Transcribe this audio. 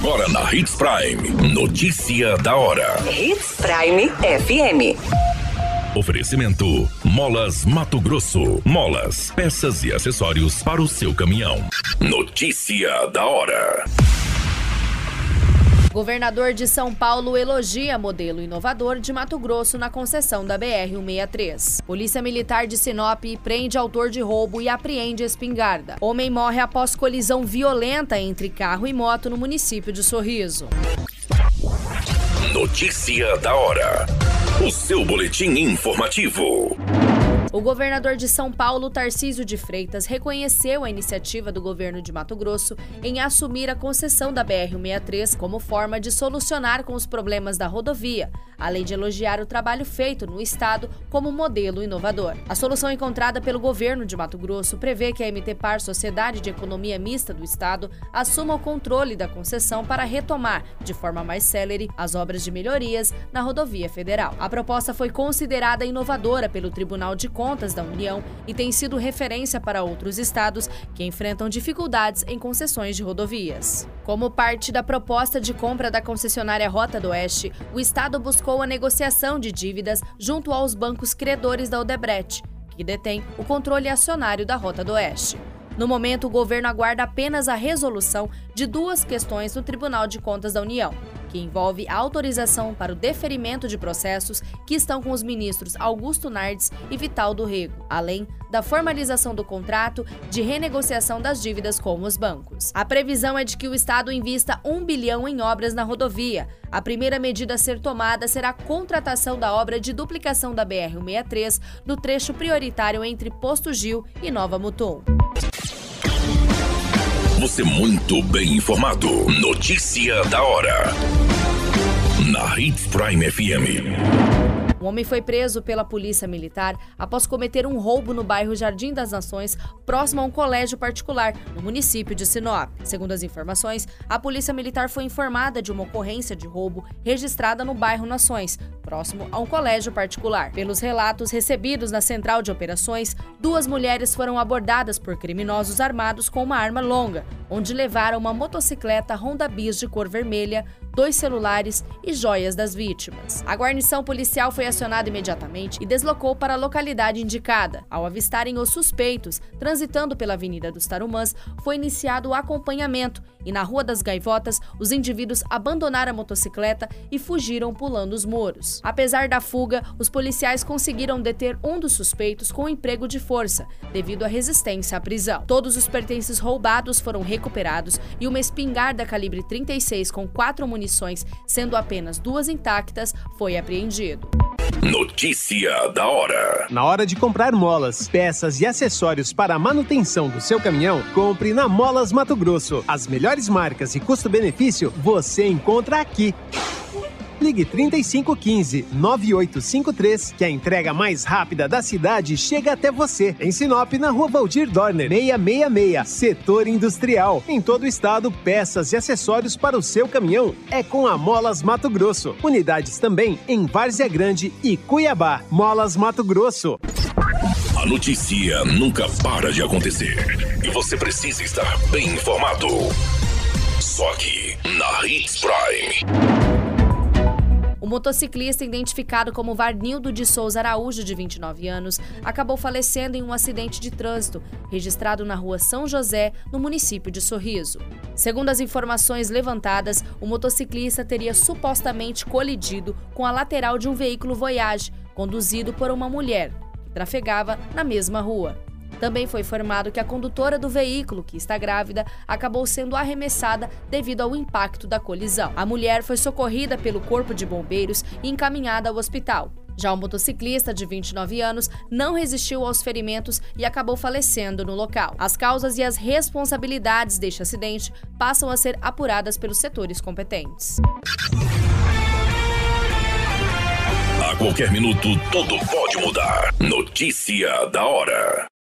Agora na Hits Prime. Notícia da hora. Hits Prime FM. Oferecimento: Molas Mato Grosso. Molas, peças e acessórios para o seu caminhão. Notícia da hora. Governador de São Paulo elogia modelo inovador de Mato Grosso na concessão da BR-163. Polícia Militar de Sinop prende autor de roubo e apreende espingarda. Homem morre após colisão violenta entre carro e moto no município de Sorriso. Notícia da hora. O seu boletim informativo. O governador de São Paulo, Tarcísio de Freitas, reconheceu a iniciativa do governo de Mato Grosso em assumir a concessão da BR-163 como forma de solucionar com os problemas da rodovia, além de elogiar o trabalho feito no estado como modelo inovador. A solução encontrada pelo governo de Mato Grosso prevê que a MT Par, Sociedade de Economia Mista do Estado, assuma o controle da concessão para retomar, de forma mais célere, as obras de melhorias na rodovia federal. A proposta foi considerada inovadora pelo Tribunal de Contas da União e tem sido referência para outros estados que enfrentam dificuldades em concessões de rodovias. Como parte da proposta de compra da concessionária Rota do Oeste, o estado buscou a negociação de dívidas junto aos bancos credores da Odebrecht, que detém o controle acionário da Rota do Oeste. No momento, o governo aguarda apenas a resolução de duas questões no Tribunal de Contas da União, que envolve a autorização para o deferimento de processos que estão com os ministros Augusto Nardes e Vital do Rego, além da formalização do contrato de renegociação das dívidas com os bancos. A previsão é de que o Estado invista 1 bilhão em obras na rodovia. A primeira medida a ser tomada será a contratação da obra de duplicação da BR-163 no trecho prioritário entre Posto Gil e Nova Mutum. Você muito bem informado. Notícia da hora. Na Hits Prime FM. Um homem foi preso pela Polícia Militar após cometer um roubo no bairro Jardim das Nações, próximo a um colégio particular, no município de Sinop. Segundo as informações, a Polícia Militar foi informada de uma ocorrência de roubo registrada no bairro Nações, próximo a um colégio particular. Pelos relatos recebidos na Central de Operações, duas mulheres foram abordadas por criminosos armados com uma arma longa, onde levaram uma motocicleta Honda Bis de cor vermelha, 2 celulares e joias das vítimas. A guarnição policial foi acionada imediatamente e deslocou para a localidade indicada. Ao avistarem os suspeitos transitando pela Avenida dos Tarumãs, foi iniciado o acompanhamento e na Rua das Gaivotas, os indivíduos abandonaram a motocicleta e fugiram pulando os muros. Apesar da fuga, os policiais conseguiram deter um dos suspeitos com emprego de força, devido à resistência à prisão. Todos os pertences roubados foram recuperados e uma espingarda calibre 36 com 4 munições, sendo apenas 2 intactas, foi apreendido. Notícia da hora. Na hora de comprar molas, peças e acessórios para a manutenção do seu caminhão, compre na Molas Mato Grosso. As melhores marcas e custo-benefício você encontra aqui. Ligue 3515-9853, que a entrega mais rápida da cidade chega até você. Em Sinop, na Rua Valdir Dorner, 666, Setor Industrial. Em todo o estado, peças e acessórios para o seu caminhão é com a Molas Mato Grosso. Unidades também em Várzea Grande e Cuiabá. Molas Mato Grosso. A notícia nunca para de acontecer e você precisa estar bem informado. Só aqui, na Hits Prime. O motociclista, identificado como Varnildo de Souza Araújo, de 29 anos, acabou falecendo em um acidente de trânsito, registrado na rua São José, no município de Sorriso. Segundo as informações levantadas, o motociclista teria supostamente colidido com a lateral de um veículo Voyage, conduzido por uma mulher, que trafegava na mesma rua. Também foi informado que a condutora do veículo, que está grávida, acabou sendo arremessada devido ao impacto da colisão. A mulher foi socorrida pelo Corpo de Bombeiros e encaminhada ao hospital. Já o motociclista, de 29 anos, não resistiu aos ferimentos e acabou falecendo no local. As causas e as responsabilidades deste acidente passam a ser apuradas pelos setores competentes. A qualquer minuto, tudo pode mudar. Notícia da hora.